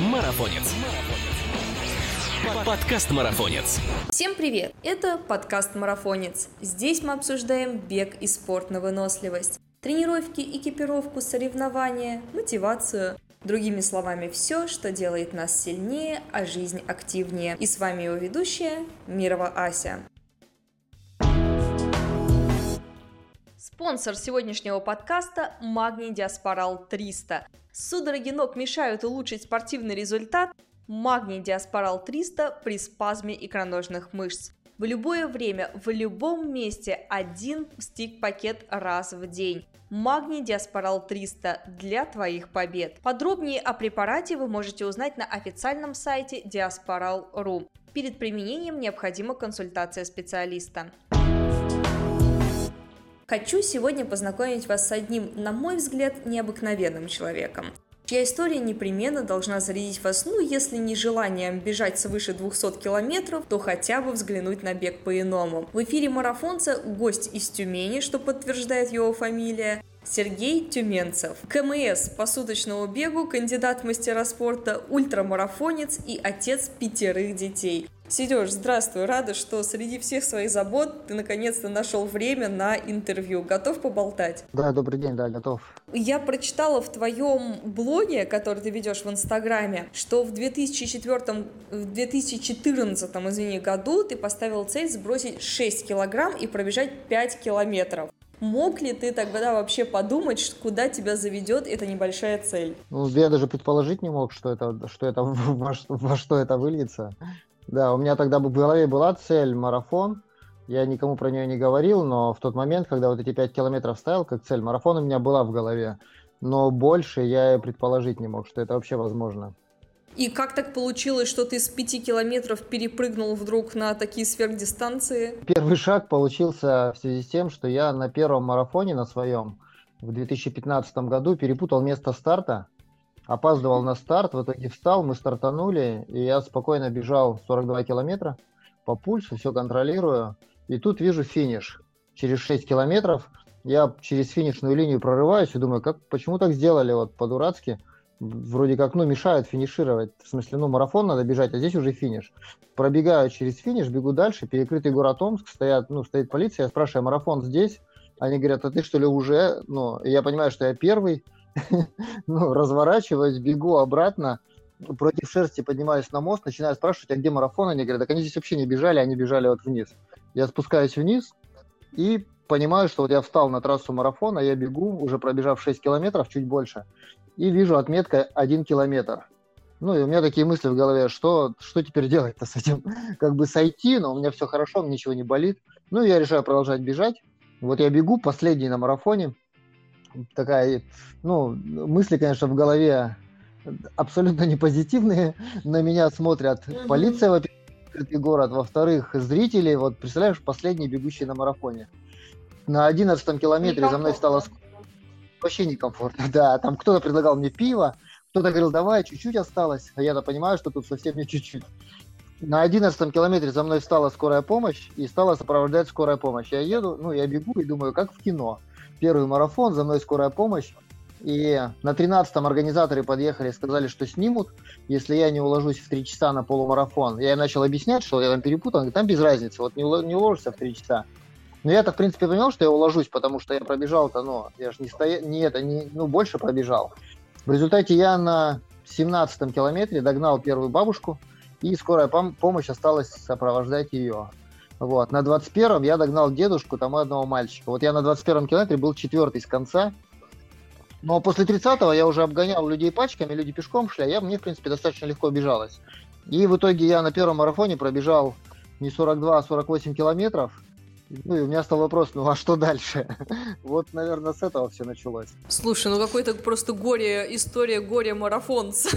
Марафонец. Подкаст «Марафонец». Всем привет! Это подкаст «Марафонец». Здесь мы обсуждаем бег и спорт на выносливость, тренировки, экипировку, соревнования, мотивацию. Другими словами, все, что делает нас сильнее, а жизнь активнее. И с вами его ведущая Мирова Ася. Спонсор сегодняшнего подкаста – Магний Диаспорал 300. Судороги ног мешают улучшить спортивный результат? Магний Диаспорал 300 при спазме икроножных мышц. В любое время, в любом месте один стик-пакет раз в день. Магний Диаспорал 300 для твоих побед. Подробнее о препарате вы можете узнать на официальном сайте diasporal.ru. Перед применением необходима консультация специалиста. Хочу сегодня познакомить вас с одним, на мой взгляд, необыкновенным человеком, чья история непременно должна зарядить вас, если не желанием бежать свыше 200 километров, то хотя бы взглянуть на бег по-иному. В эфире марафонца гость из Тюмени, что подтверждает его фамилия, Сергей Тюменцев. КМС по суточному бегу, кандидат в мастера спорта, ультрамарафонец и отец 5 детей. Сереж, здравствуй, рада, что среди всех своих забот ты наконец-то нашел время на интервью. Готов поболтать? Да, добрый день, да, готов. Я прочитала в твоем блоге, который ты ведешь в Инстаграме, что в 2014 году ты поставил цель сбросить 6 килограмм и пробежать 5 километров. Мог ли ты тогда вообще подумать, куда тебя заведет эта небольшая цель? Я даже предположить не мог, что это во что это выльется. Да, у меня тогда в голове была цель марафон. Я никому про нее не говорил, но в тот момент, когда вот эти 5 километров ставил как цель, марафон у меня была в голове. Но больше я и предположить не мог, что это вообще возможно. И как так получилось, что ты с 5 километров перепрыгнул вдруг на такие сверхдистанции? Первый шаг получился в связи с тем, что я на первом марафоне на своем в 2015 году перепутал место старта. Опаздывал на старт, в итоге встал, мы стартанули, и я спокойно бежал 42 километра по пульсу, все контролирую. И тут вижу финиш. Через 6 километров я через финишную линию прорываюсь и думаю, почему так сделали по-дурацки? Вроде как, мешают финишировать. В смысле, марафон надо бежать, а здесь уже финиш. Пробегаю через финиш, бегу дальше, перекрытый город Омск, стоит полиция, я спрашиваю, марафон здесь? Они говорят, а ты что ли уже? И я понимаю, что я первый. Разворачиваюсь, бегу обратно, против шерсти поднимаюсь на мост, начинаю спрашивать, а где марафон? Они говорят, так они здесь вообще не бежали, они бежали вниз. Я спускаюсь вниз и понимаю, что я встал на трассу марафона, я бегу, уже пробежав 6 километров, чуть больше, и вижу отметка 1 километр. И у меня такие мысли в голове, что теперь делать-то с этим? Сойти, но у меня все хорошо, ничего не болит. Я решаю продолжать бежать. Вот я бегу, последний на марафоне. Такая, мысли, конечно, в голове абсолютно не позитивные. На меня смотрят полиция, во-первых, открытый город, во-вторых, зрители. Вот, представляешь, последний бегущий на марафоне. На 11 километре за мной стало вообще некомфортно. Да, там кто-то предлагал мне пиво, кто-то говорил, давай, чуть-чуть осталось. А я-то понимаю, что тут совсем не чуть-чуть. На 11 километре за мной стала скорая помощь и стала сопровождать скорая помощь. Я еду, я бегу и думаю, как в кино. Первый марафон, за мной скорая помощь. И на 13-м организаторы подъехали и сказали, что снимут, если я не уложусь в 3 часа на полумарафон. Я им начал объяснять, что я там перепутал. Он говорит, там без разницы, не уложишься в 3 часа. Но я-то, в принципе, понял, что я уложусь, потому что я пробежал-то, я же больше пробежал. В результате я на 17-м километре догнал первую бабушку, и скорая помощь осталась сопровождать ее. На 21-м я догнал дедушку, там одного мальчика. Я на 21-м километре был 4-й с конца. Но после 30-го я уже обгонял людей пачками, люди пешком шли, а мне, в принципе, достаточно легко бежалось. И в итоге я на первом марафоне пробежал не 42, а 48 километров. И у меня стал вопрос, а что дальше? Наверное, с этого все началось. Слушай, какой-то просто история горе-марафонца.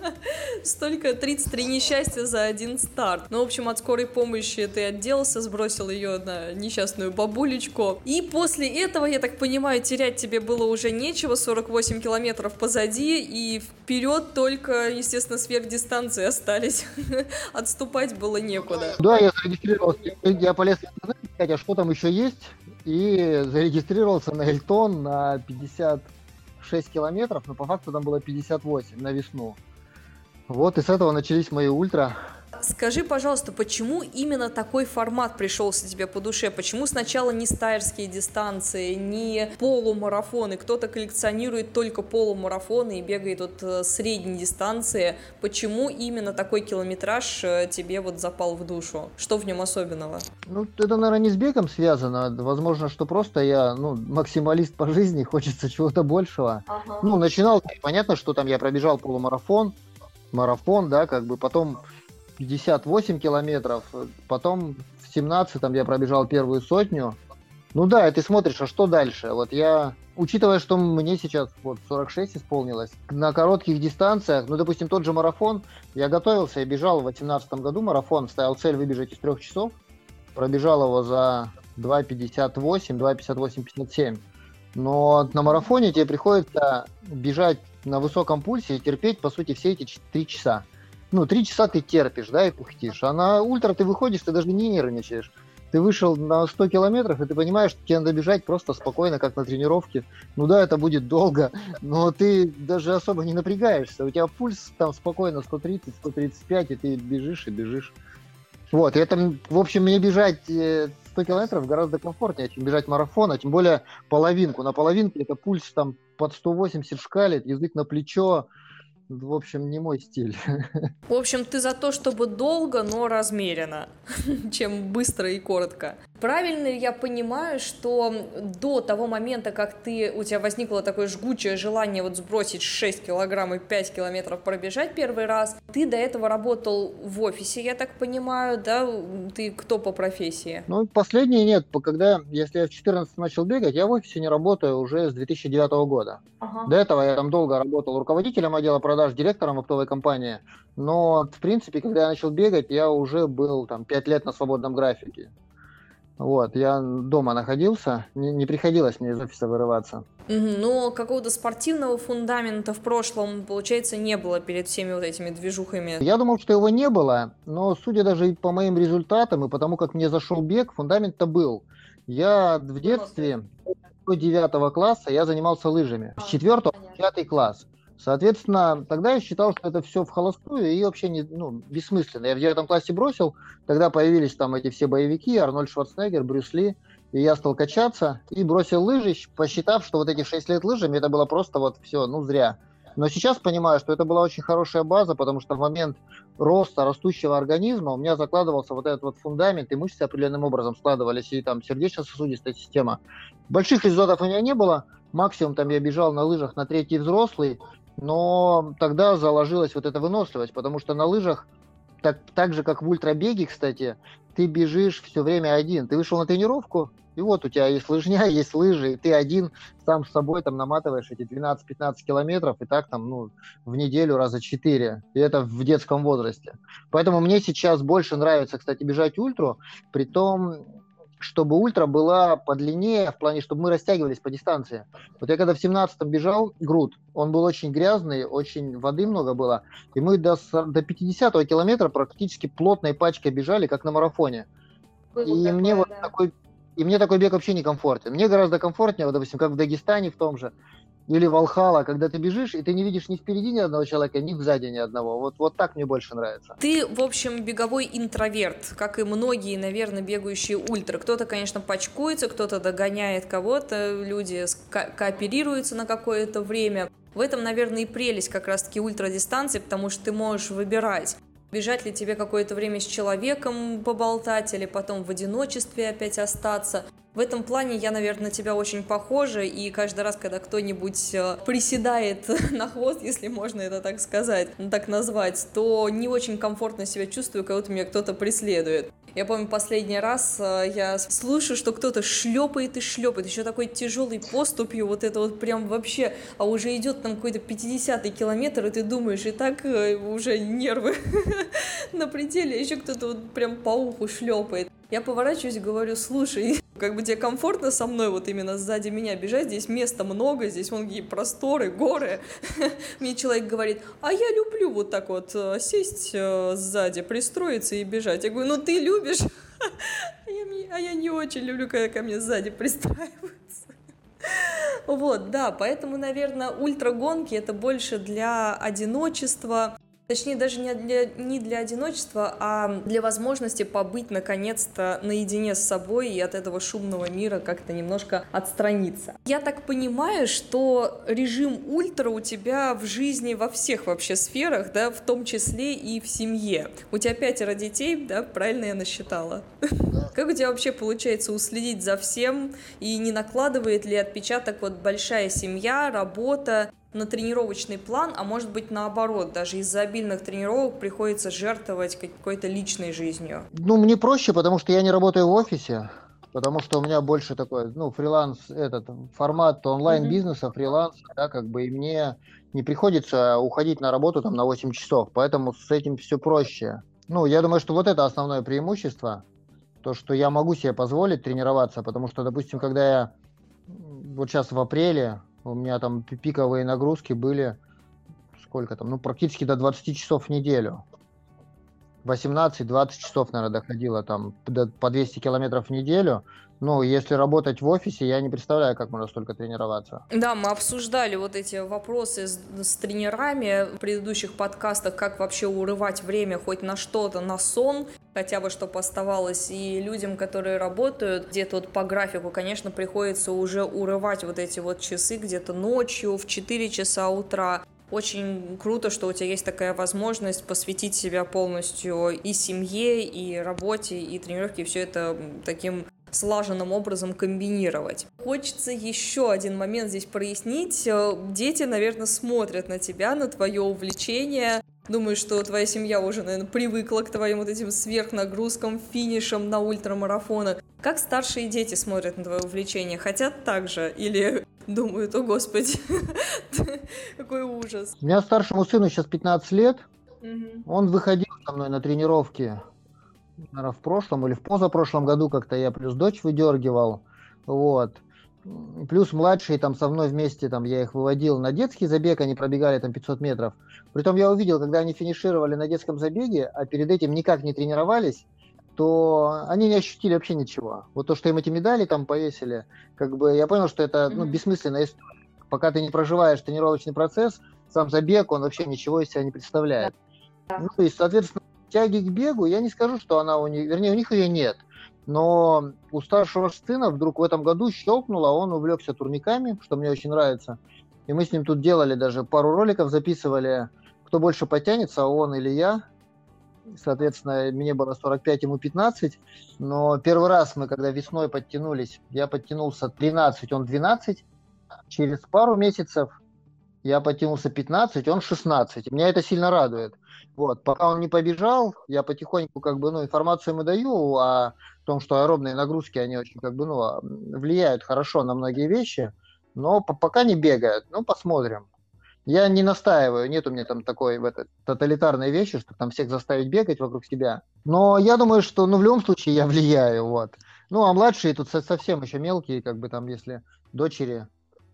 Столько 33 несчастья за один старт. В общем, от скорой помощи ты отделался, сбросил ее на несчастную бабулечку. И после этого, я так понимаю, терять тебе было уже нечего, 48 километров позади, и вперед только, естественно, сверхдистанции остались. Отступать было некуда. Да, я зарегистрировался, я полез в интернет искать, а что там еще есть, и зарегистрировался на Эльтон на 56 километров, но по факту там было 58 на весну. Вот и с этого начались мои ультра. Скажи, пожалуйста, почему именно такой формат пришелся тебе по душе? Почему сначала не стайерские дистанции, не полумарафоны? Кто-то коллекционирует только полумарафоны и бегает от средней дистанции. Почему именно такой километраж тебе вот запал в душу? Что в нем особенного? Ну, это, наверное, не с бегом связано. Возможно, что просто я, максималист по жизни, хочется чего-то большего. Ага. Ну, начинал, понятно, что там я пробежал полумарафон, марафон, да, как бы потом 58 километров, потом в 17-м я пробежал первую сотню. Ну да, и ты смотришь, а что дальше? Вот я, учитывая, что мне сейчас вот 46 исполнилось, на коротких дистанциях, ну, допустим, тот же марафон, я готовился, я бежал в 2018 году марафон, ставил цель выбежать из 3 часов, пробежал его за 2:58, 2:58:57. Но на марафоне тебе приходится бежать на высоком пульсе и терпеть, по сути, все эти 3 часа. Ну, 3 часа ты терпишь, да, и пухтишь. А на ультра ты выходишь, ты даже не нервничаешь. Ты вышел на 100 километров, и ты понимаешь, что тебе надо бежать просто спокойно, как на тренировке. Ну да, это будет долго, но ты даже особо не напрягаешься. У тебя пульс там спокойно 130, 135, и ты бежишь и бежишь. Вот, и это, в общем, мне бежать 100 километров гораздо комфортнее, чем бежать марафон, а тем более половинку. На половинке это пульс там под 180 шкалит, язык на плечо. В общем, не мой стиль. В общем, ты за то, чтобы долго, но размеренно, чем быстро и коротко. Правильно ли я понимаю, что до того момента, как у тебя возникло такое жгучее желание вот сбросить 6 килограмм и 5 километров пробежать первый раз, ты до этого работал в офисе, я так понимаю, да? Ты кто по профессии? Ну, последние нет. Если я в 14 начал бегать, я в офисе не работаю уже с 2009 года. Ага. До этого я там долго работал руководителем отдела продаж, директором оптовой компании. Но, в принципе, когда я начал бегать, я уже был там 5 лет на свободном графике. Вот, я дома находился, не приходилось мне из офиса вырываться. Но какого-то спортивного фундамента в прошлом, получается, не было перед всеми вот этими движухами. Я думал, что его не было, но судя даже и по моим результатам и потому, как мне зашел бег, фундамент-то был. Я в детстве, до 9 класса, я занимался лыжами. С 4 в 5 класс. Соответственно, тогда я считал, что это все в холостую и вообще бессмысленно. Я в 9 классе бросил, тогда появились там эти все боевики, Арнольд Шварценеггер, Брюс Ли, и я стал качаться и бросил лыжи, посчитав, что вот эти 6 лет лыжами, это было просто вот все, зря. Но сейчас понимаю, что это была очень хорошая база, потому что в момент роста, растущего организма у меня закладывался вот этот вот фундамент, и мышцы определенным образом складывались, и там сердечно-сосудистая система. Больших результатов у меня не было, максимум там я бежал на лыжах на 3-й взрослый, но тогда заложилась вот эта выносливость, потому что на лыжах, так же как в ультрабеге, кстати, ты бежишь все время один. Ты вышел на тренировку, и вот у тебя есть лыжня, есть лыжи, и ты один сам с собой там наматываешь эти 12-15 километров, и так там, в неделю раза 4. И это в детском возрасте. Поэтому мне сейчас больше нравится, кстати, бежать ультру, при том, чтобы ультра была подлиннее, в плане, чтобы мы растягивались по дистанции. Вот я когда в 17-м бежал, груд, он был очень грязный, очень воды много было, и мы до 50-го километра практически плотной пачкой бежали, как на марафоне. И мне такой бег вообще не комфортен. Мне гораздо комфортнее, вот, допустим, как в Дагестане в том же, или Валхала, когда ты бежишь, и ты не видишь ни впереди ни одного человека, ни сзади ни одного. Вот так мне больше нравится. Ты, в общем, беговой интроверт, как и многие, наверное, бегающие ультра. Кто-то, конечно, пачкуется, кто-то догоняет кого-то, люди кооперируются на какое-то время. В этом, наверное, и прелесть как раз-таки ультрадистанции, потому что ты можешь выбирать, бежать ли тебе какое-то время с человеком поболтать или потом в одиночестве опять остаться. В этом плане я, наверное, на тебя очень похожа, и каждый раз, когда кто-нибудь приседает на хвост, если можно это так сказать, так назвать, то не очень комфортно себя чувствую, как будто меня кто-то преследует. Я помню, последний раз я слышу, что кто-то шлепает и шлепает, еще такой тяжелой поступью, вот это вот прям вообще, а уже идет там какой-то 50-й километр, и ты думаешь, и так уже нервы на пределе, еще кто-то вот прям по уху шлепает. Я поворачиваюсь и говорю, слушай, как бы тебе комфортно со мной вот именно сзади меня бежать, здесь места много, здесь вон какие просторы, горы. Мне человек говорит, а я люблю вот так вот сесть сзади, пристроиться и бежать. Я говорю, ну ты любишь, а я не очень люблю, когда ко мне сзади пристраиваются. Вот, да, поэтому, наверное, ультрагонки это больше для одиночества. Точнее, даже не для одиночества, а для возможности побыть наконец-то наедине с собой и от этого шумного мира как-то немножко отстраниться. Я так понимаю, что режим ультра у тебя в жизни во всех вообще сферах, да, в том числе и в семье. У тебя 5 детей, да, правильно я насчитала? Как у тебя вообще получается уследить за всем, и не накладывает ли отпечаток вот большая семья, работа на тренировочный план, а может быть наоборот, даже из-за обильных тренировок приходится жертвовать какой-то личной жизнью? Ну, мне проще, потому что я не работаю в офисе, потому что у меня больше такой, ну, фриланс, формат онлайн-бизнеса, фриланс, да, как бы, и мне не приходится уходить на работу там на 8 часов, поэтому с этим все проще. Ну, я думаю, что вот это основное преимущество, то, что я могу себе позволить тренироваться, потому что, допустим, когда я вот сейчас в апреле, у меня там пиковые нагрузки были, сколько там, ну, практически до 20 часов в неделю. 18-20 часов, наверное, доходило там по 200 километров в неделю. Ну, если работать в офисе, я не представляю, как можно столько тренироваться. Да, мы обсуждали вот эти вопросы с тренерами в предыдущих подкастах, как вообще урывать время хоть на что-то, на сон, хотя бы чтобы оставалось. И людям, которые работают где-то вот по графику, конечно, приходится уже урывать вот эти вот часы где-то ночью, в 4 часа утра. Очень круто, что у тебя есть такая возможность посвятить себя полностью и семье, и работе, и тренировке, и все это таким слаженным образом комбинировать. Хочется еще один момент здесь прояснить. Дети, наверное, смотрят на тебя, на твое увлечение. Думаю, что твоя семья уже, наверное, привыкла к твоим вот этим сверхнагрузкам, финишам на ультрамарафонах. Как старшие дети смотрят на твое увлечение? Хотят так же? Или думают, о господи, какой ужас? У меня старшему сыну сейчас 15 лет. Он выходил со мной на тренировки, наверное, в прошлом или в позапрошлом году как-то я плюс дочь выдергивал. Вот. Плюс младшие там со мной вместе, там я их выводил на детский забег, они пробегали там 500 метров. Притом я увидел, когда они финишировали на детском забеге, а перед этим никак не тренировались, то они не ощутили вообще ничего. Вот то, что им эти медали там повесили, как бы я понял, что это бессмысленная история. Пока ты не проживаешь тренировочный процесс, сам забег, он вообще ничего из себя не представляет. Ну, и, соответственно, тяги к бегу, я не скажу, что она у них, вернее, у них ее нет. Но у старшего сына вдруг в этом году щелкнуло, он увлекся турниками, что мне очень нравится. И мы с ним тут делали даже пару роликов, записывали, кто больше подтянется, он или я. Соответственно, мне было 45, ему 15. Но первый раз мы, когда весной подтянулись, я подтянулся 13, он 12. Через пару месяцев я подтянулся 15, он 16. Меня это сильно радует. Вот. Пока он не побежал, я потихоньку как бы, информацию ему даю о том, что аэробные нагрузки, они очень как бы, влияют хорошо на многие вещи, но пока не бегают. Ну, посмотрим. Я не настаиваю, нет у меня там такой тоталитарной вещи, что там всех заставить бегать вокруг себя. Но я думаю, что, в любом случае я влияю, вот. Ну, а младшие тут совсем еще мелкие, как бы там, если дочери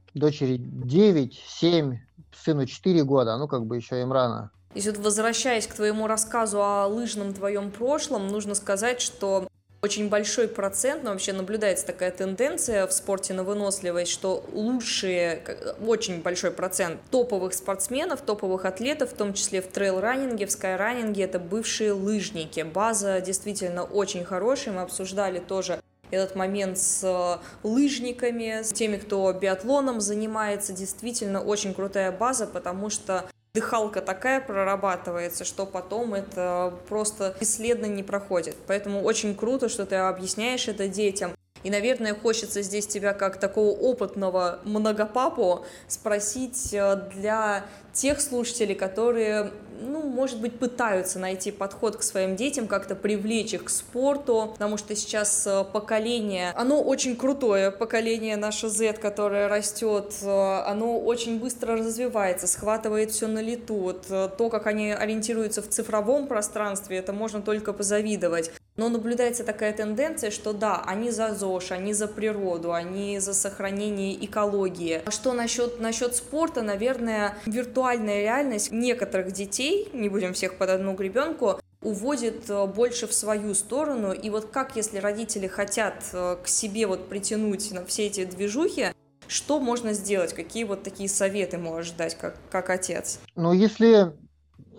9, 7, сыну 4 года, как бы еще им рано. И вот возвращаясь к твоему рассказу о лыжном твоем прошлом, нужно сказать, что очень большой процент, но вообще наблюдается такая тенденция в спорте на выносливость, что лучшие, очень большой процент топовых спортсменов, топовых атлетов, в том числе в трейл-раннинге, в скай-раннинге, это бывшие лыжники. База действительно очень хорошая, мы обсуждали тоже этот момент с лыжниками, с теми, кто биатлоном занимается, действительно очень крутая база, потому что дыхалка такая прорабатывается, что потом это просто бесследно не проходит. Поэтому очень круто, что ты объясняешь это детям. И, наверное, хочется здесь тебя, как такого опытного многопапу, спросить для тех слушателей, которые, может быть, пытаются найти подход к своим детям, как-то привлечь их к спорту, потому что сейчас поколение, оно очень крутое, поколение наше Z, которое растет, оно очень быстро развивается, схватывает все на лету. Вот то, как они ориентируются в цифровом пространстве, это можно только позавидовать. Но наблюдается такая тенденция, что да, они за ЗОЖ, они за природу, они за сохранение экологии. А что насчет спорта, наверное, виртуальная реальность некоторых детей, не будем всех под одну гребенку, уводит больше в свою сторону. И вот как, если родители хотят к себе притянуть на все эти движухи, что можно сделать? Какие такие советы можешь дать, как отец? Если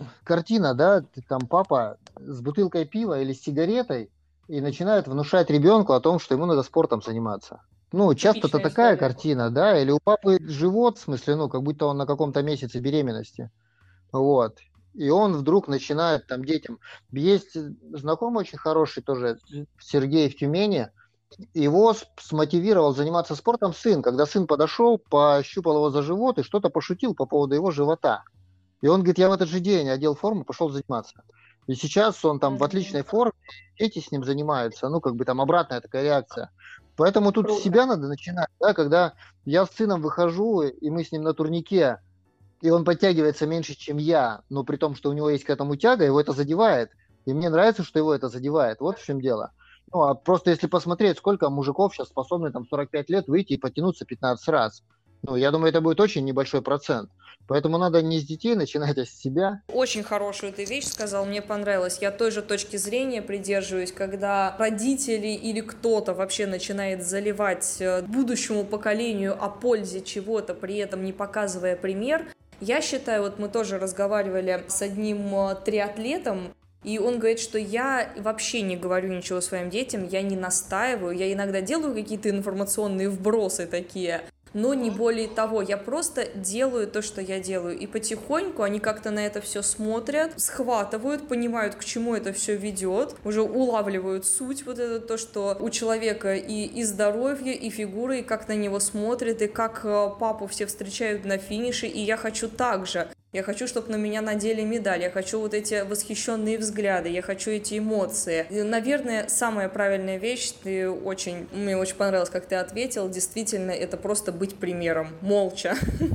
картина, да, там папа с бутылкой пива или с сигаретой и начинает внушать ребенку о том, что ему надо спортом заниматься. Ну, часто-то Типичная такая история. картина, да, или у папы живот, в смысле, ну, как будто он на каком-то месяце беременности. Вот. И он вдруг начинает там детям. Есть знакомый очень хороший тоже, Сергей в Тюмени. Его смотивировал заниматься спортом сын. Когда сын подошел, пощупал его за живот и что-то пошутил по поводу его живота. И он говорит, я в этот же день одел форму, пошел заниматься. И сейчас он там в Мгм. отличной форме, дети с ним занимаются, ну, как бы там обратная такая реакция. Поэтому тут с Круто. себя надо начинать, да, когда я с сыном выхожу, и мы с ним на турнике, и он подтягивается меньше, чем я, но при том, что у него есть к этому тяга, его это задевает. И мне нравится, что его это задевает. Вот в чем дело. Ну, а просто если посмотреть, сколько мужиков сейчас способны там 45 лет выйти и потянуться 15 раз. Ну, я думаю, это будет очень небольшой процент. Поэтому надо не с детей начинать, а с себя. Очень хорошую ты вещь сказал, мне понравилось. Я той же точки зрения придерживаюсь, когда родители или кто-то вообще начинает заливать будущему поколению о пользе чего-то, при этом не показывая пример. Я считаю, вот мы тоже разговаривали с одним триатлетом, и он говорит, что я вообще не говорю ничего своим детям, я не настаиваю, я иногда делаю какие-то информационные вбросы такие, но не более того, я просто делаю то, что я делаю, и потихоньку они как-то на это все смотрят, схватывают, понимают, к чему это все ведет, уже улавливают суть, вот это то, что у человека и здоровье, и фигура, и как на него смотрят, и как папу все встречают на финише, и я хочу так же. Я хочу, чтобы на меня надели медаль, я хочу вот эти восхищенные взгляды, я хочу эти эмоции. И, наверное, самая правильная вещь, мне очень понравилось, как ты ответил, действительно, это просто быть примером, молча.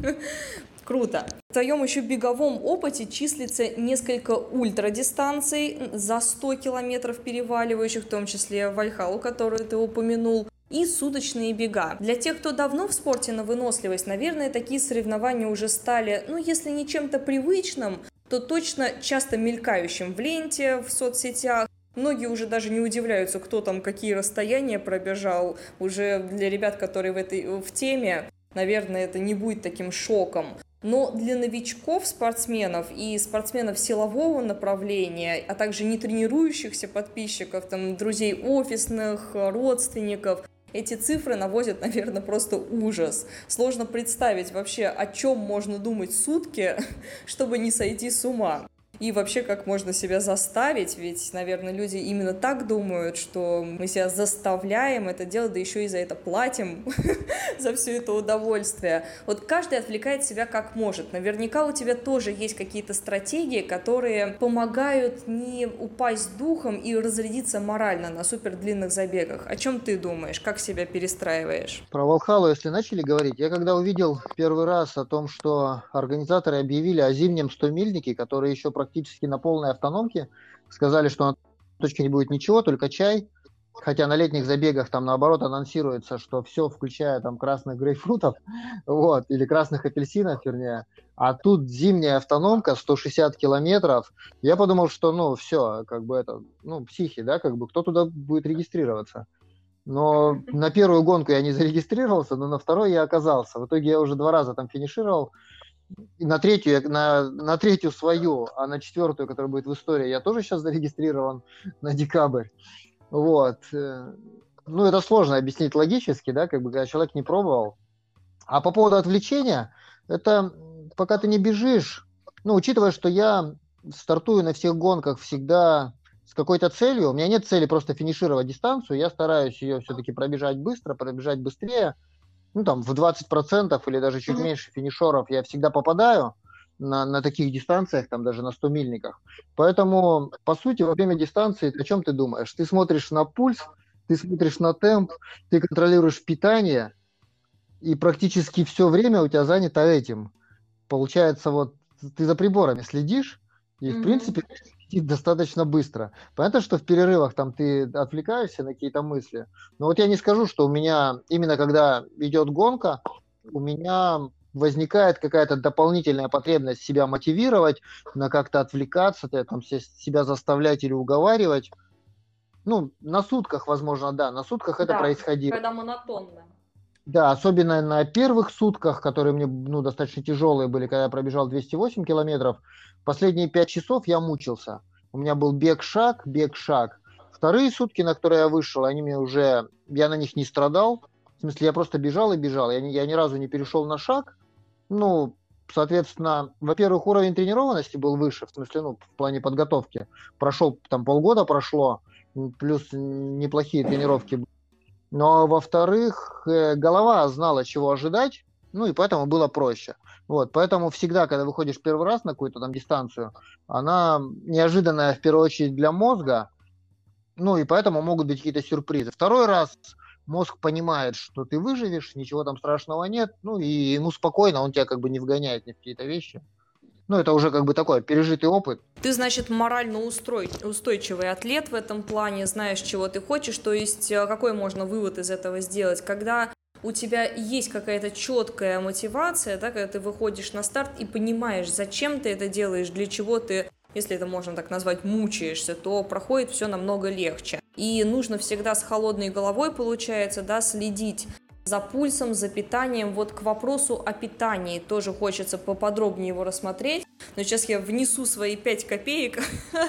Круто. В твоем еще беговом опыте числится несколько ультрадистанций за 100 километров переваливающих, в том числе Вальхалу, которую ты упомянул, и суточные бега. Для тех, кто давно в спорте на выносливость, наверное, такие соревнования уже стали, ну, если не чем-то привычным, то точно часто мелькающим в ленте, в соцсетях. Многие уже даже не удивляются, кто там какие расстояния пробежал. Уже для ребят, которые в теме, наверное, это не будет таким шоком. Но для новичков, спортсменов и спортсменов силового направления, а также не тренирующихся подписчиков, там, друзей офисных, родственников, эти цифры наводят, наверное, просто ужас. Сложно представить вообще, о чем можно думать сутки, чтобы не сойти с ума. И вообще, как можно себя заставить, ведь, наверное, люди именно так думают, что мы себя заставляем это делать, да еще и за это платим, за все это удовольствие. Вот каждый отвлекает себя как может. Наверняка у тебя тоже есть какие-то стратегии, которые помогают не упасть духом и разрядиться морально на супер длинных забегах. О чем ты думаешь? Как себя перестраиваешь? Про Волхалу, если начали говорить, я когда увидел первый раз о том, что организаторы объявили о зимнем 100-мильнике, который еще практически на полной автономке, сказали, что на точке не будет ничего, только чай, хотя на летних забегах там наоборот анонсируется, что все, включая там красных грейпфрутов, вот, или красных апельсинов, вернее, а тут зимняя автономка, 160 километров, я подумал, что, ну, все, как бы это, ну, психи, да, как бы, кто туда будет регистрироваться. Но на первую гонку я не зарегистрировался, но на второй я оказался. В итоге я уже 2 раза там финишировал. И на третью, на третью свою, а на четвертую, которая будет в истории, я тоже сейчас зарегистрирован на декабрь. Вот. Ну, это сложно объяснить логически, да, как бы, когда человек не пробовал. А по поводу отвлечения, это пока ты не бежишь, ну, учитывая, что я стартую на всех гонках всегда с какой-то целью, у меня нет цели просто финишировать дистанцию, я стараюсь ее все-таки пробежать быстро, пробежать быстрее, ну, там, в 20% или даже чуть меньше финишеров я всегда попадаю на таких дистанциях, там, даже на 100-мильниках. Поэтому, по сути, во время дистанции, о чем ты думаешь? Ты смотришь на пульс, ты смотришь на темп, ты контролируешь питание, и практически все время у тебя занято этим. Получается, вот ты за приборами следишь, и, в принципе, летит достаточно быстро. Понятно, что в перерывах там ты отвлекаешься на какие-то мысли, но вот я не скажу, что у меня, именно когда идет гонка, у меня возникает какая-то дополнительная потребность себя мотивировать, на как-то отвлекаться, там, себя заставлять или уговаривать. Ну, на сутках, возможно, да, на сутках это Да, происходило. когда монотонно. Да, особенно на первых сутках, которые мне ну, достаточно тяжелые были, когда я пробежал 208 километров, последние 5 часов я мучился. У меня был бег-шаг, бег-шаг. Вторые сутки, на которые я вышел, они мне уже, я на них не страдал. В смысле, я просто бежал и бежал. Я ни разу не перешел на шаг. Ну, соответственно, во-первых, уровень тренированности был выше, в смысле, ну, в плане подготовки. Прошел, там полгода прошло, плюс неплохие тренировки. Но, во-вторых, голова знала, чего ожидать, ну и поэтому было проще. Вот, поэтому всегда, когда выходишь первый раз на какую-то там дистанцию, она неожиданная в первую очередь для мозга, ну и поэтому могут быть какие-то сюрпризы. Второй раз мозг понимает, что ты выживешь, ничего там страшного нет, ну и ему спокойно, он тебя как бы не вгоняет ни в какие-то вещи. Ну, это уже как бы такой пережитый опыт. Ты, значит, морально устойчивый атлет в этом плане, знаешь, чего ты хочешь, то есть какой можно вывод из этого сделать? Когда у тебя есть какая-то четкая мотивация, да, когда ты выходишь на старт и понимаешь, зачем ты это делаешь, для чего ты, если это можно так назвать, мучаешься, то проходит все намного легче. И нужно всегда с холодной головой, получается, да, следить за пульсом, за питанием. Вот к вопросу о питании тоже хочется поподробнее его рассмотреть. Но сейчас я внесу свои 5 копеек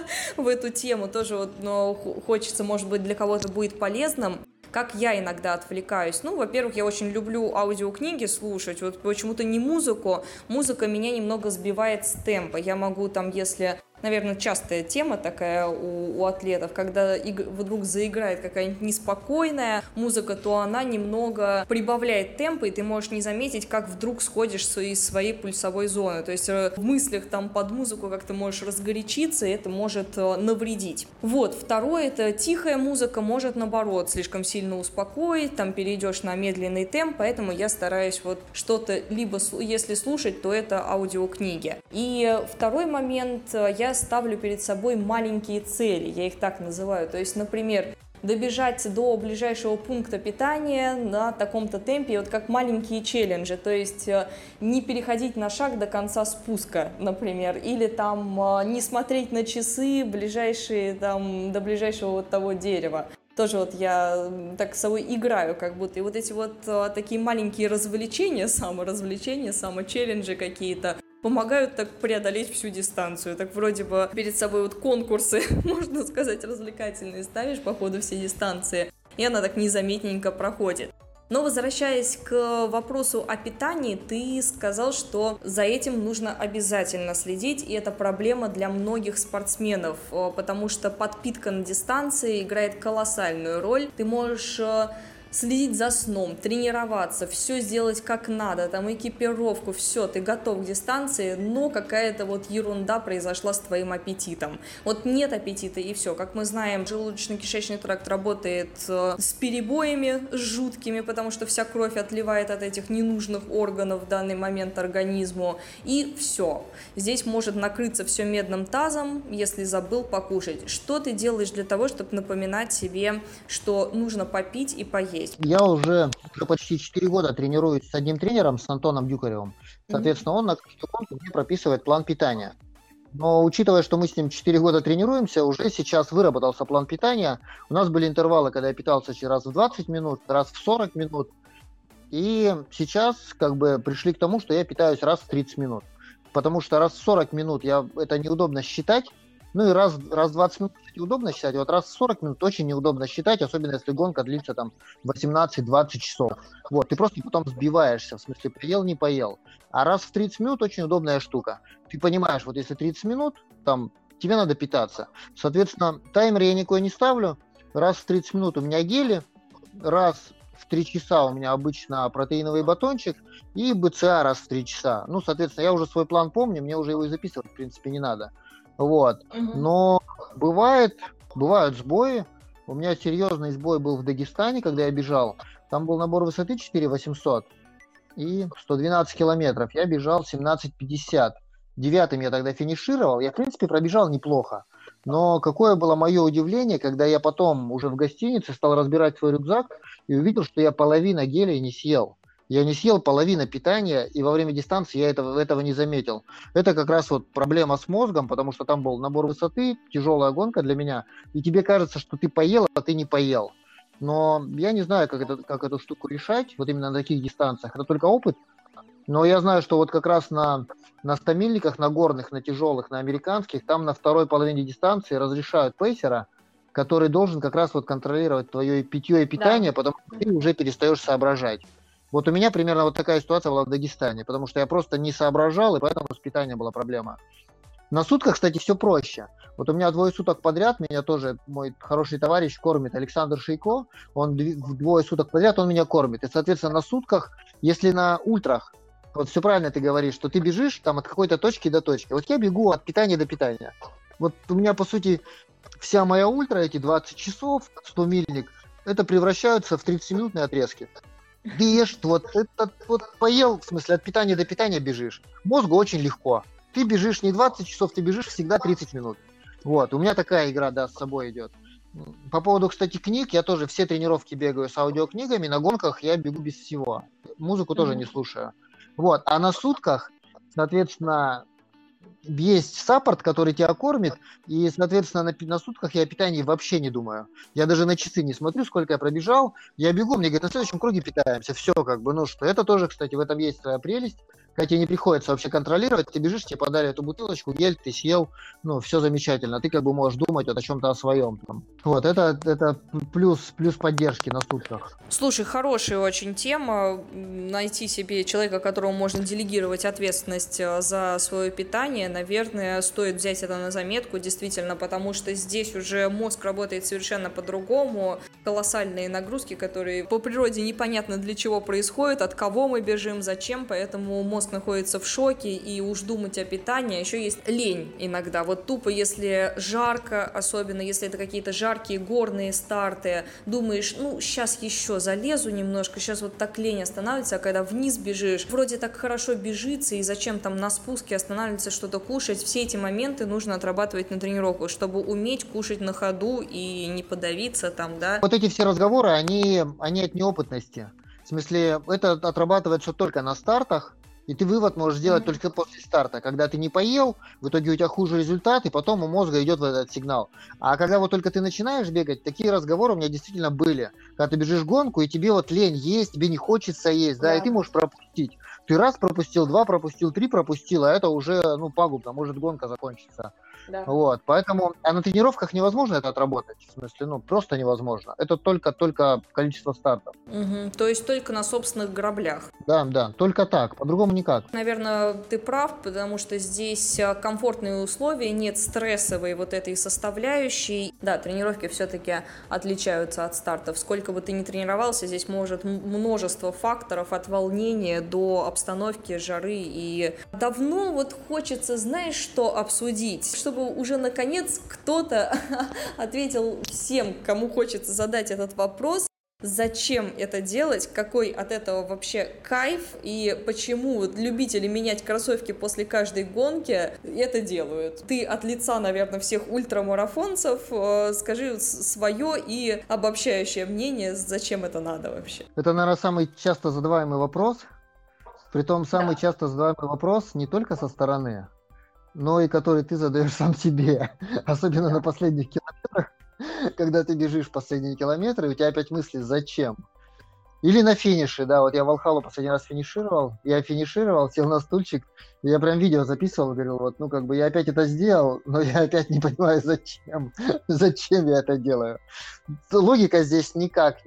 в эту тему. Тоже вот, но хочется, может быть, для кого-то будет полезным. Как я иногда отвлекаюсь? Ну, во-первых, я очень люблю аудиокниги слушать, вот почему-то не музыку. Музыка меня немного сбивает с темпа. Я могу там, если... Наверное, частая тема такая у атлетов, когда вдруг заиграет какая-нибудь неспокойная музыка, то она немного прибавляет темпа, и ты можешь не заметить, как вдруг сходишь из своей пульсовой зоны. То есть в мыслях там под музыку как-то можешь разгорячиться, и это может навредить. Вот, второе, это тихая музыка может, наоборот, слишком сильно успокоить, там перейдешь на медленный темп, поэтому я стараюсь вот что-то, либо если слушать, то это аудиокниги. И второй момент, я ставлю перед собой маленькие цели, я их так называю. То есть, например, добежать до ближайшего пункта питания на таком-то темпе, вот как маленькие челленджи, то есть не переходить на шаг до конца спуска, например, или там не смотреть на часы ближайшие, там, до ближайшего вот того дерева. Тоже вот я так с собой играю как будто. И вот эти вот такие маленькие развлечения, самочелленджи какие-то, помогают так преодолеть всю дистанцию. Так вроде бы перед собой вот конкурсы, можно сказать, развлекательные ставишь по ходу всей дистанции, и она так незаметненько проходит. Но возвращаясь к вопросу о питании, ты сказал, что за этим нужно обязательно следить, и это проблема для многих спортсменов, потому что подпитка на дистанции играет колоссальную роль. Ты можешь следить за сном, тренироваться, все сделать как надо, там экипировку, все, ты готов к дистанции, но какая-то вот ерунда произошла с твоим аппетитом. Вот нет аппетита и все. Как мы знаем, желудочно-кишечный тракт работает с перебоями жуткими, потому что вся кровь отливает от этих ненужных органов в данный момент организму, и все. Здесь может накрыться все медным тазом, если забыл покушать. Что ты делаешь для того, чтобы напоминать себе, что нужно попить и поесть? Я уже почти 4 года тренируюсь с одним тренером, с Антоном Дюкаревым. Соответственно, он на каждую гонку мне прописывает план питания. Но учитывая, что мы с ним 4 года тренируемся, уже сейчас выработался план питания. У нас были интервалы, когда я питался раз в 20 минут, раз в 40 минут. И сейчас как бы пришли к тому, что я питаюсь раз в 30 минут. Потому что раз в 40 минут это неудобно считать. Ну и раз в 20 минут, кстати, удобно считать, вот раз в 40 минут очень неудобно считать, особенно если гонка длится там 18-20 часов. Вот, ты просто потом сбиваешься, в смысле, поел, не поел. А раз в 30 минут очень удобная штука. Ты понимаешь, вот если 30 минут, там, тебе надо питаться. Соответственно, таймер я никакой не ставлю. Раз в 30 минут у меня гели, раз в 3 часа у меня обычно протеиновый батончик и БЦА раз в 3 часа. Ну, соответственно, я уже свой план помню, мне уже его и записывать, в принципе, не надо. Вот. Но бывают сбои. У меня серьезный сбой был в Дагестане, когда я бежал. Там был набор высоты 4800 и 112 километров. Я бежал 17:50. Девятым я тогда финишировал. Я, в принципе, пробежал неплохо. Но какое было мое удивление, когда я потом уже в гостинице стал разбирать свой рюкзак и увидел, что я половину геля не съел. Я не съел половину питания, и во время дистанции я этого не заметил. Это как раз вот проблема с мозгом, потому что там был набор высоты, тяжелая гонка для меня, и тебе кажется, что ты поел, а ты не поел. но я не знаю, как эту штуку решать, вот именно на таких дистанциях. Это только опыт. Но я знаю, что вот как раз на 100-мильниках, на горных, на тяжелых, на американских, там на второй половине дистанции разрешают пейсера, который должен как раз вот контролировать твое питье и питание, потому что ты уже перестаешь соображать. Вот у меня примерно вот такая ситуация была в Дагестане, потому что я просто не соображал, и поэтому с питанием была проблема. На сутках, кстати, все проще. Вот у меня 2 суток подряд, меня тоже мой хороший товарищ кормит, Александр Шейко, он 2 суток подряд, он меня кормит. И, соответственно, на сутках, если на ультрах, вот все правильно ты говоришь, что ты бежишь там от какой-то точки до точки. Вот я бегу от питания до питания. Вот у меня, по сути, вся моя ультра, эти 20 часов, 100-мильник, это превращаются в 30-минутные отрезки. Бежишь, вот это вот поел, в смысле, от питания до питания бежишь. Мозгу очень легко. Ты бежишь не 20 часов, ты бежишь всегда 30 минут. Вот, у меня такая игра, да, с собой идет. По поводу, кстати, книг, я тоже все тренировки бегаю с аудиокнигами, на гонках я бегу без всего. Музыку тоже не слушаю. Вот, а на сутках, соответственно, есть саппорт, который тебя кормит, и, соответственно, на сутках я о питании вообще не думаю. Я даже на часы не смотрю, сколько я пробежал. Я бегу, мне говорят, на следующем круге питаемся. Все как бы, ну что. Это тоже, кстати, в этом есть своя прелесть. Когда тебе не приходится вообще контролировать, ты бежишь, тебе подали эту бутылочку, гель, ты съел, ну, все замечательно. Ты как бы можешь думать вот о чем-то о своем. Там. Вот, это плюс поддержки на сутках. Слушай, хорошая очень тема. Найти себе человека, которому можно делегировать ответственность за свое питание, наверное, стоит взять это на заметку, действительно, потому что здесь уже мозг работает совершенно по-другому. Колоссальные нагрузки, которые по природе непонятно для чего происходят, от кого мы бежим, зачем, поэтому мозг находится в шоке, и уж думать о питании. Еще есть лень иногда. Вот тупо, если жарко, особенно если это какие-то жаркие горные старты, думаешь, ну, сейчас еще залезу немножко, сейчас вот так лень останавливается, а когда вниз бежишь, вроде так хорошо бежится, и зачем там на спуске останавливаться, что-то кушать, все эти моменты нужно отрабатывать на тренировку, чтобы уметь кушать на ходу и не подавиться там, да. Вот эти все разговоры, они от неопытности. В смысле, это отрабатывается только на стартах, и ты вывод можешь сделать только после старта. Когда ты не поел, в итоге у тебя хуже результат, и потом у мозга идет вот этот сигнал. А когда вот только ты начинаешь бегать, такие разговоры у меня действительно были. Когда ты бежишь гонку, и тебе вот лень есть, тебе не хочется есть, да, и ты можешь пропустить. Ты раз пропустил, 2 пропустил, 3 пропустил, а это уже, ну, пагубно, может гонка закончится. Да. Вот, поэтому, а на тренировках невозможно это отработать, в смысле, ну, просто невозможно. Это только количество стартов. То есть только на собственных граблях. Да, только так, по-другому никак. Наверное, ты прав, потому что здесь комфортные условия, нет стрессовой вот этой составляющей. Да, тренировки все-таки отличаются от стартов. Сколько бы ты ни тренировался, здесь может множество факторов от волнения до обстановки, жары. И давно вот хочется, знаешь, что обсудить, чтобы уже наконец кто-то ответил всем, кому хочется задать этот вопрос. Зачем это делать, какой от этого вообще кайф и почему любители менять кроссовки после каждой гонки это делают. Ты от лица, наверное, всех ультрамарафонцев скажи свое и обобщающее мнение, зачем это надо вообще. Это, наверное, самый часто задаваемый вопрос, притом самый часто задаваемый вопрос не только со стороны, но и который ты задаешь сам себе, особенно на последних километрах. Когда ты бежишь последние километры, у тебя опять мысли «зачем?». Или на финише, да, вот я в Алхалу последний раз финишировал, сел на стульчик, и я прям видео записывал, говорил, вот, ну, как бы я опять это сделал, но я опять не понимаю, зачем я это делаю. Логика здесь никак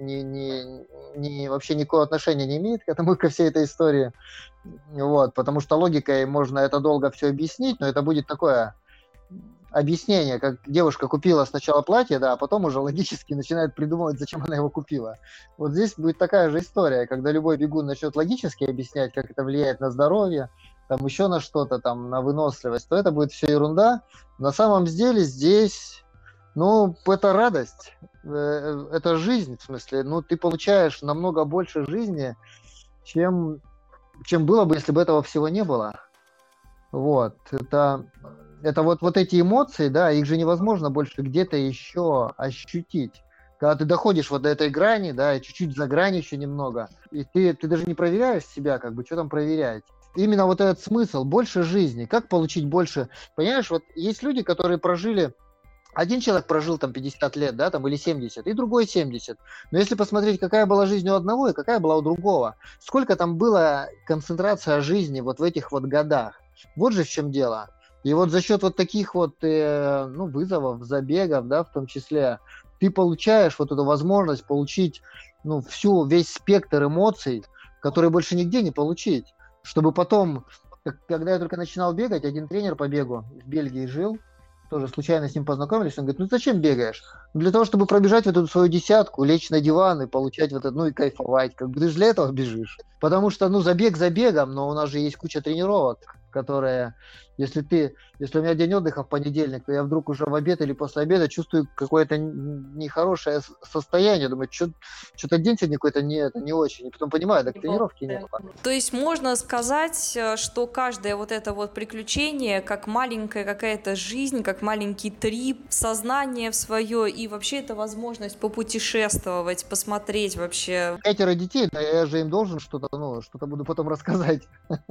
вообще никакого отношения не имеет к этому, ко всей этой истории, вот, потому что логикой можно это долго все объяснить, но это будет такое объяснение, как девушка купила сначала платье, да, а потом уже логически начинает придумывать, зачем она его купила. Вот здесь будет такая же история, когда любой бегун начнет логически объяснять, как это влияет на здоровье, там еще на что-то, там, на выносливость, то это будет все ерунда. На самом деле здесь, ну, это радость, это жизнь, в смысле, ну, ты получаешь намного больше жизни, чем было бы, если бы этого всего не было. Вот, это вот эти эмоции, да, их же невозможно больше где-то еще ощутить. Когда ты доходишь вот до этой грани, да, и чуть-чуть за грань еще немного, и ты даже не проверяешь себя, как бы, что там проверять. Именно вот этот смысл, больше жизни, как получить больше. Понимаешь, вот есть люди, которые прожили один человек прожил там 50 лет, да, там, или 70, и другой 70. Но если посмотреть, какая была жизнь у одного и какая была у другого, сколько там было концентрация жизни вот в этих вот годах. Вот же в чем дело. И вот за счет вот таких вот ну, вызовов, забегов, да, в том числе, ты получаешь вот эту возможность получить ну, весь спектр эмоций, которые больше нигде не получить. Чтобы потом, когда я только начинал бегать, один тренер по бегу в Бельгии жил, тоже случайно с ним познакомились, он говорит, ну зачем бегаешь? Ну, для того, чтобы пробежать вот эту свою десятку, лечь на диван и получать вот это, ну и кайфовать. Как бы ты же для этого бежишь. Потому что, ну, забег забегом, но у нас же есть куча тренировок, которые, если у меня день отдыха в понедельник, то я вдруг уже в обед или после обеда чувствую какое-то нехорошее состояние. Думаю, что-то день сегодня какой-то не очень. И потом понимаю, так тренировки не было. То есть можно сказать, что каждое вот это вот приключение, как маленькая какая-то жизнь, как маленький трип, сознание в свое, и вообще это возможность попутешествовать, посмотреть вообще. 5 детей, да, я же им должен что-то, ну, что-то буду потом рассказать.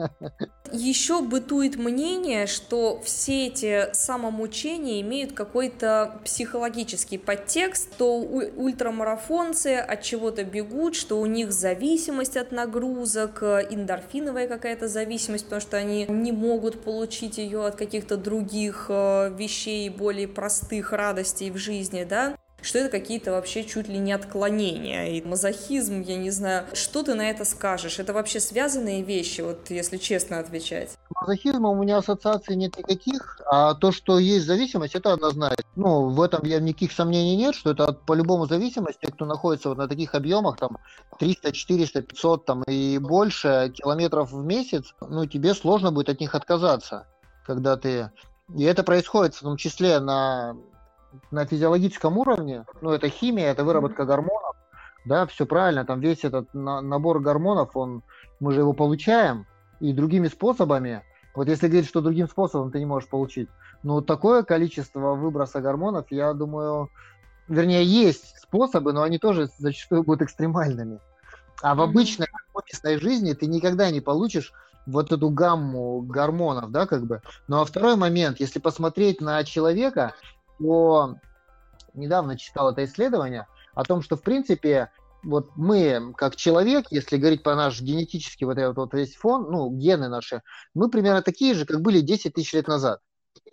Еще бытует мнение, что все эти самомучения имеют какой-то психологический подтекст, то ультрамарафонцы от чего-то бегут, что у них зависимость от нагрузок, эндорфиновая какая-то зависимость, потому что они не могут получить ее от каких-то других вещей, более простых радостей в жизни, да? Что это какие-то вообще чуть ли не отклонения, и мазохизм, я не знаю. Что ты на это скажешь? Это вообще связанные вещи, вот если честно отвечать? С мазохизмом у меня ассоциаций нет никаких, а то, что есть зависимость, это однозначно. Ну, в этом никаких сомнений нет, что это по-любому зависимость. Те, кто находится вот на таких объемах, там, 300, 400, 500 там, и больше километров в месяц, ну, тебе сложно будет от них отказаться, когда ты... И это происходит в том числе на физиологическом уровне, ну, это химия, это выработка гормонов, да, все правильно, там весь этот набор гормонов, мы же его получаем, и другими способами, вот если говорить, что другим способом ты не можешь получить, ну, такое количество выброса гормонов, я думаю, вернее, есть способы, но они тоже зачастую будут экстремальными. А в обычной офисной жизни ты никогда не получишь вот эту гамму гормонов, да, как бы. Ну, а второй момент, если посмотреть на человека, то недавно читал это исследование о том, что, в принципе, вот мы, как человек, если говорить по наш генетический вот этот вот весь фон, ну, гены наши, мы примерно такие же, как были 10 тысяч лет назад.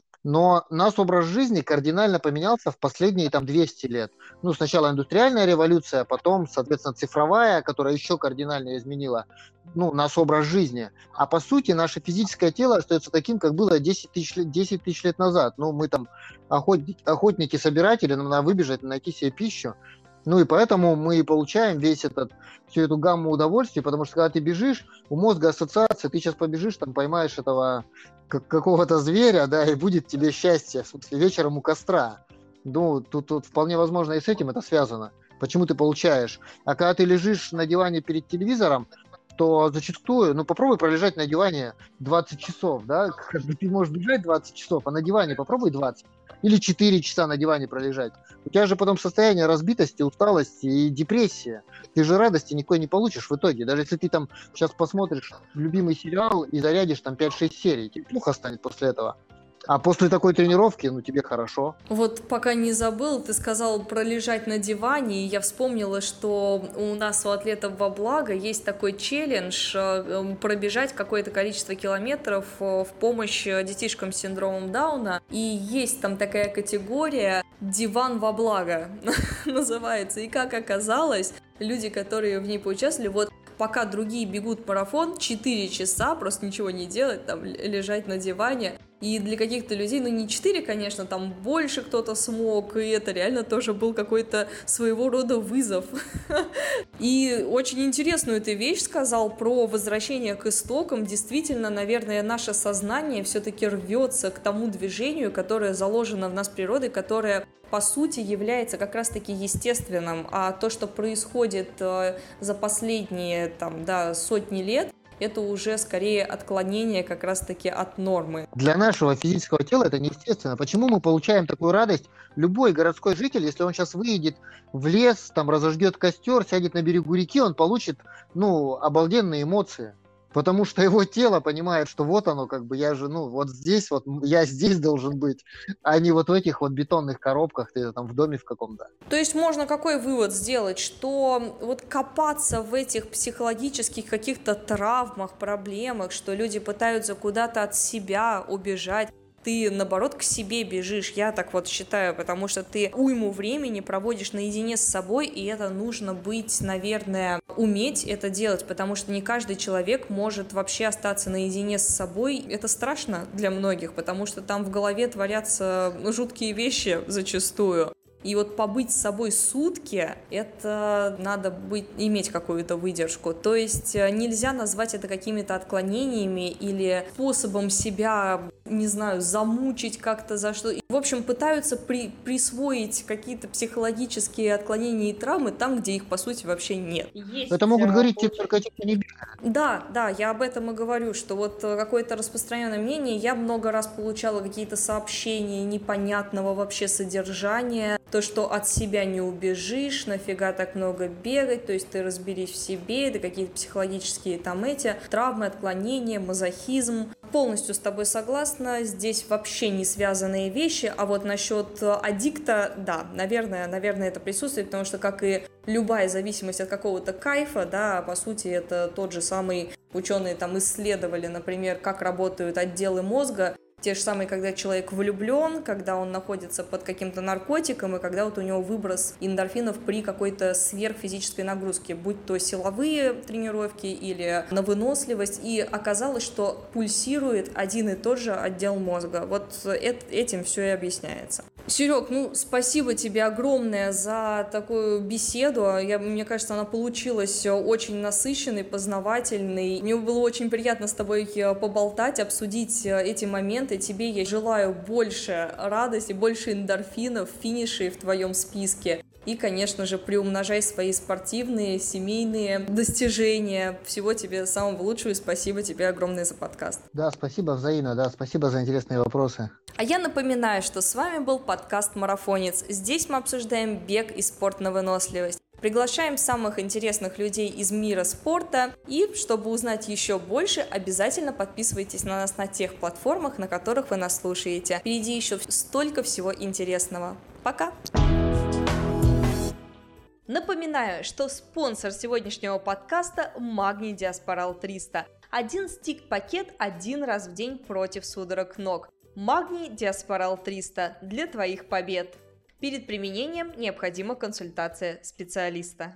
Но наш образ жизни кардинально поменялся в последние там 200 лет. Ну, сначала индустриальная революция, потом, соответственно, цифровая, которая еще кардинально изменила, ну, наш образ жизни. А по сути, наше физическое тело остается таким, как было 10 тысяч лет назад. Ну, мы там охотники-собиратели, нам надо выбежать, найти себе пищу. Ну и поэтому мы и получаем всю эту гамму удовольствий, потому что когда ты бежишь, у мозга ассоциация, ты сейчас побежишь, там поймаешь этого какого-то зверя, да, и будет тебе счастье, в смысле, вечером у костра. Ну, тут вполне возможно и с этим это связано. Почему ты получаешь? А когда ты лежишь на диване перед телевизором, то зачастую, ну, попробуй пролежать на диване 20 часов, да, ты можешь бежать 20 часов, а на диване попробуй 20. Или 4 часа на диване пролежать. У тебя же потом состояние разбитости, усталости и депрессия. Ты же радости никакой не получишь в итоге. Даже если ты там сейчас посмотришь любимый сериал и зарядишь там 5-6 серий, тебе плохо станет после этого. А после такой тренировки, ну, тебе хорошо. Вот пока не забыл, ты сказал про лежать на диване, и я вспомнила, что у нас у атлетов во благо есть такой челлендж пробежать какое-то количество километров в помощь детишкам с синдромом Дауна. И есть там такая категория «Диван во благо» называется. И как оказалось, люди, которые в ней поучаствовали, вот пока другие бегут марафон, 4 часа просто ничего не делать, там лежать на диване. И для каких-то людей, ну не 4, конечно, там больше кто-то смог, и это реально тоже был какой-то своего рода вызов. И очень интересную ты вещь сказал про возвращение к истокам. Действительно, наверное, наше сознание все-таки рвется к тому движению, которое заложено в нас природой, которое по сути является как раз-таки естественным, а то, что происходит за последние там, да, сотни лет, это уже скорее отклонение как раз-таки от нормы. Для нашего физического тела это неестественно. Почему мы получаем такую радость? Любой городской житель, если он сейчас выйдет в лес, там разожгет костер, сядет на берегу реки, он получит, ну, обалденные эмоции. Потому что его тело понимает, что вот оно, как бы я же, ну, вот здесь, вот я здесь должен быть, а не вот в этих вот бетонных коробках, ты там в доме в каком-то. То есть можно какой вывод сделать, что вот копаться в этих психологических каких-то травмах, проблемах, что люди пытаются куда-то от себя убежать, ты, наоборот, к себе бежишь, я так вот считаю, потому что ты уйму времени проводишь наедине с собой, и это нужно быть, наверное, уметь это делать, потому что не каждый человек может вообще остаться наедине с собой. Это страшно для многих, потому что там в голове творятся жуткие вещи зачастую. И вот побыть с собой сутки, это надо иметь какую-то выдержку. То есть нельзя назвать это какими-то отклонениями или способом себя, не знаю, замучить как-то за что. В общем, пытаются присвоить какие-то психологические отклонения и травмы там, где их, по сути, вообще нет. Это могут говорить только те, кто не бегает. Да, я об этом и говорю, что вот какое-то распространенное мнение, я много раз получала какие-то сообщения непонятного вообще содержания, то, что от себя не убежишь, нафига так много бегать, то есть ты разберись в себе, это какие-то психологические там эти травмы, отклонения, мазохизм. Полностью с тобой согласна, здесь вообще не связанные вещи, а вот насчет аддикта, да, наверное, это присутствует, потому что, как и любая зависимость от какого-то кайфа, да, по сути, это тот же самый, ученые там исследовали, например, как работают отделы мозга, те же самые, когда человек влюблен, когда он находится под каким-то наркотиком, и когда вот у него выброс эндорфинов при какой-то сверхфизической нагрузке, будь то силовые тренировки или на выносливость, и оказалось, что пульсирует один и тот же отдел мозга. Вот этим все и объясняется. Серег, спасибо тебе огромное за такую беседу. Мне кажется, она получилась очень насыщенной, познавательной. Мне было очень приятно с тобой поболтать, обсудить эти моменты. Тебе я желаю больше радости, больше эндорфинов, финишей в твоем списке. И, конечно же, приумножай свои спортивные, семейные достижения. Всего тебе самого лучшего и спасибо тебе огромное за подкаст. Да, спасибо взаимно, да, спасибо за интересные вопросы. А я напоминаю, что с вами был подкаст «Марафонец». Здесь мы обсуждаем бег и спорт на выносливость. Приглашаем самых интересных людей из мира спорта. И, чтобы узнать еще больше, обязательно подписывайтесь на нас на тех платформах, на которых вы нас слушаете. Впереди еще столько всего интересного. Пока! Напоминаю, что спонсор сегодняшнего подкаста – Магний Диаспорал 300. Один стик-пакет один раз в день против судорог ног. Магний Диаспорал 300 для твоих побед. Перед применением необходима консультация специалиста.